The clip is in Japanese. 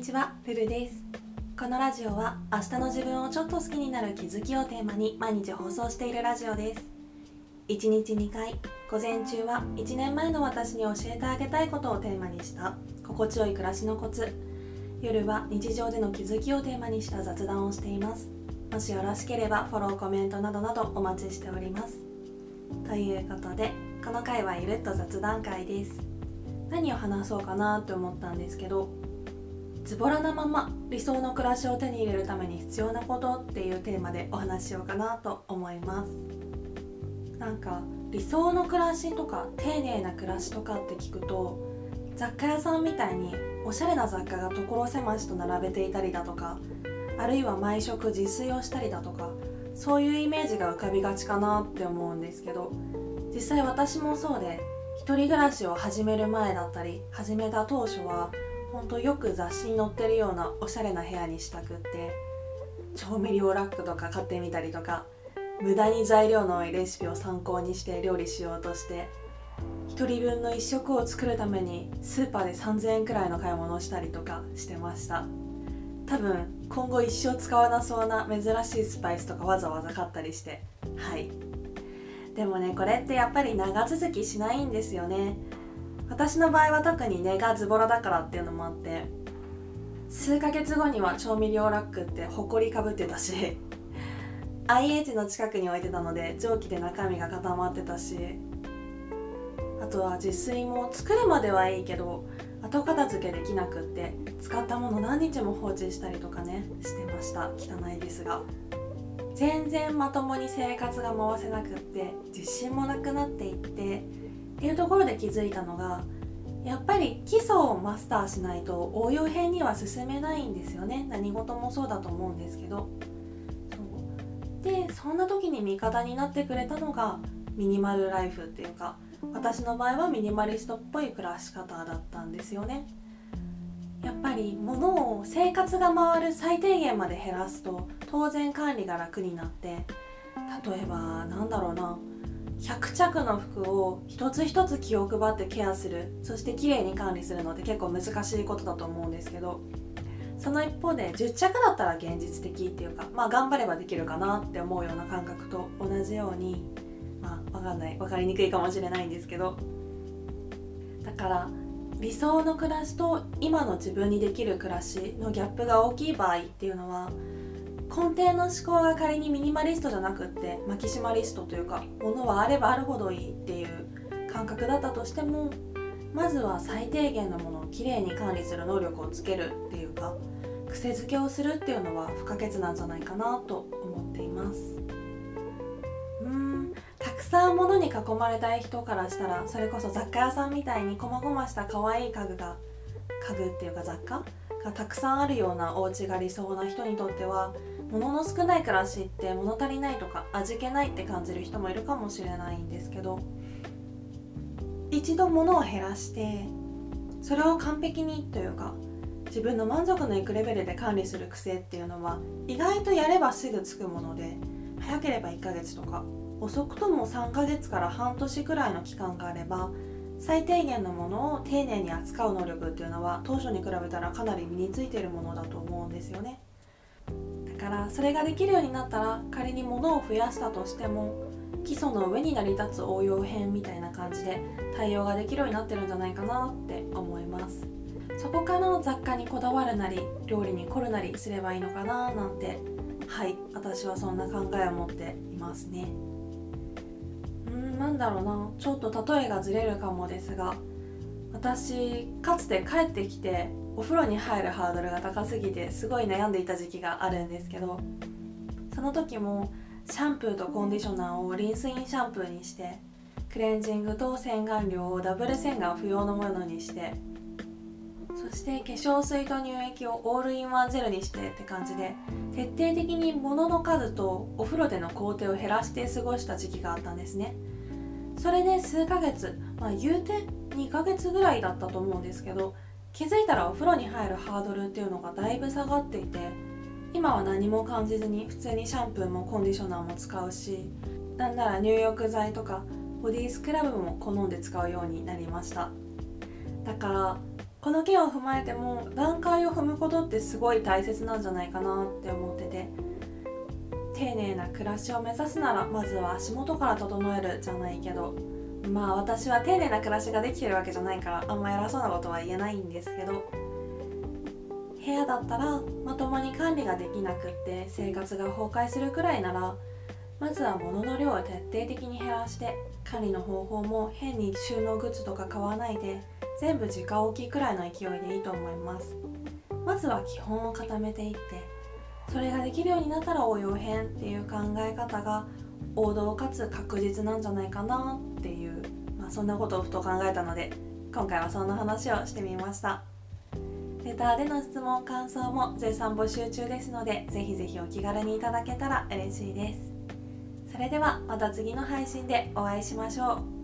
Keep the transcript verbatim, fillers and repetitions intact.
ちは、ルルです。このラジオは明日の自分をちょっと好きになる気づきをテーマに毎日放送しているラジオです。いちにちにかい、午前中はいちねんまえの私に教えてあげたいことをテーマにした心地よい暮らしのコツ、夜は日常での気づきをテーマにした雑談をしています。もしよろしければフォロー、コメントなどなどお待ちしております。ということで、この回はゆるっと雑談会です。何を話そうかなって思ったんですけど、ズボラなまま理想の暮らしを手に入れるために必要なことっていうテーマでお話ししようかなと思います。なんか理想の暮らしとか丁寧な暮らしとかって聞くと、雑貨屋さんみたいにおしゃれな雑貨が所狭しと並べていたりだとか、あるいは毎食自炊をしたりだとか、そういうイメージが浮かびがちかなって思うんですけど、実際私もそうで、一人暮らしを始める前だったり始めた当初はほんとよく雑誌に載ってるようなおしゃれな部屋にしたくって、調味料ラックとか買ってみたりとか、無駄に材料の多いレシピを参考にして料理しようとして、一人分の一食を作るためにスーパーでさんぜんえんくらいの買い物をしたりとかしてました。多分今後一生使わなそうな珍しいスパイスとかわざわざ買ったりして、はいでもね、これってやっぱり長続きしないんですよね。私の場合は特に根がズボラだからっていうのもあって、数ヶ月後には調味料ラックってホコリかぶってたし、アイエイチ の近くに置いてたので蒸気で中身が固まってたし、あとは自炊も作るまではいいけど後片付けできなくって、使ったもの何日も放置したりとかねしてました。汚いですが、全然まともに生活が回せなくって自信もなくなっていってっていうところで気づいたのが、やっぱり基礎をマスターしないと応用編には進めないんですよね。何事もそうだと思うんですけど、そうでそんな時に味方になってくれたのがミニマルライフっていうか、私の場合はミニマリストっぽい暮らし方だったんですよね。やっぱり物を生活が回る最低限まで減らすと当然管理が楽になって、例えばなんだろうな、ひゃくちゃくの服を一つ一つ気を配ってケアする、そしてきれいに管理するのって結構難しいことだと思うんですけど、その一方でじゅっちゃくだったら現実的っていうか、まあ頑張ればできるかなって思うような感覚と同じように、まあわかんない、わかりにくいかもしれないんですけど、だから理想の暮らしと今の自分にできる暮らしのギャップが大きい場合っていうのは、根底の思考が仮にミニマリストじゃなくってマキシマリストというか、物はあればあるほどいいっていう感覚だったとしても、まずは最低限のものをきれいに管理する能力をつけるっていうか、癖づけをするっていうのは不可欠なんじゃないかなと思っています。うーんたくさん物に囲まれたい人からしたら、それこそ雑貨屋さんみたいに細々した可愛い家具が家具っていうか雑貨がたくさんあるようなお家が理想な人にとっては、物の少ない暮らしって物足りないとか味気ないって感じる人もいるかもしれないんですけど、一度物を減らしてそれを完璧にというか自分の満足のいくレベルで管理する癖っていうのは、意外とやればすぐつくもので、早ければいっかげつとか遅くともさんかげつから半年くらいの期間があれば、最低限のものを丁寧に扱う能力っていうのは当初に比べたらかなり身についているものだと思うんですよね。だからそれができるようになったら、仮に物を増やしたとしても基礎の上に成り立つ応用編みたいな感じで対応ができるようになってるんじゃないかなって思います。そこから雑貨にこだわるなり料理に凝るなりすればいいのかななんて、はい私はそんな考えを持っていますね。うーんなんだろうな、ちょっと例えがずれるかもですが、私かつて帰ってきてお風呂に入るハードルが高すぎてすごい悩んでいた時期があるんですけど、その時もシャンプーとコンディショナーをリンスインシャンプーにして、クレンジングと洗顔料をダブル洗顔不要のものにして、そして化粧水と乳液をオールインワンジェルにしてって感じで、徹底的に物の数とお風呂での工程を減らして過ごした時期があったんですね。それで数ヶ月、まあ言うてにかげつぐらいだったと思うんですけど、気づいたらお風呂に入るハードルっていうのがだいぶ下がっていて、今は何も感じずに普通にシャンプーもコンディショナーも使うし、なんなら入浴剤とかボディスクラブも好んで使うようになりました。だからこの件を踏まえても段階を踏むことってすごい大切なんじゃないかなって思ってて、丁寧な暮らしを目指すならまずは足元から整えるじゃないけど、まあ私は丁寧な暮らしができてるわけじゃないからあんま偉そうなことは言えないんですけど、部屋だったらまともに管理ができなくって生活が崩壊するくらいなら、まずは物の量を徹底的に減らして、管理の方法も変に収納グッズとか買わないで全部直置きくらいの勢いでいいと思います。まずは基本を固めていって、それができるようになったら応用編っていう考え方が王道かつ確実なんじゃないかなっていう、まあ、そんなことをふと考えたので今回はそんな話をしてみました。レターでの質問感想も絶賛募集中ですので、ぜひぜひお気軽にいただけたら嬉しいです。それではまた次の配信でお会いしましょう。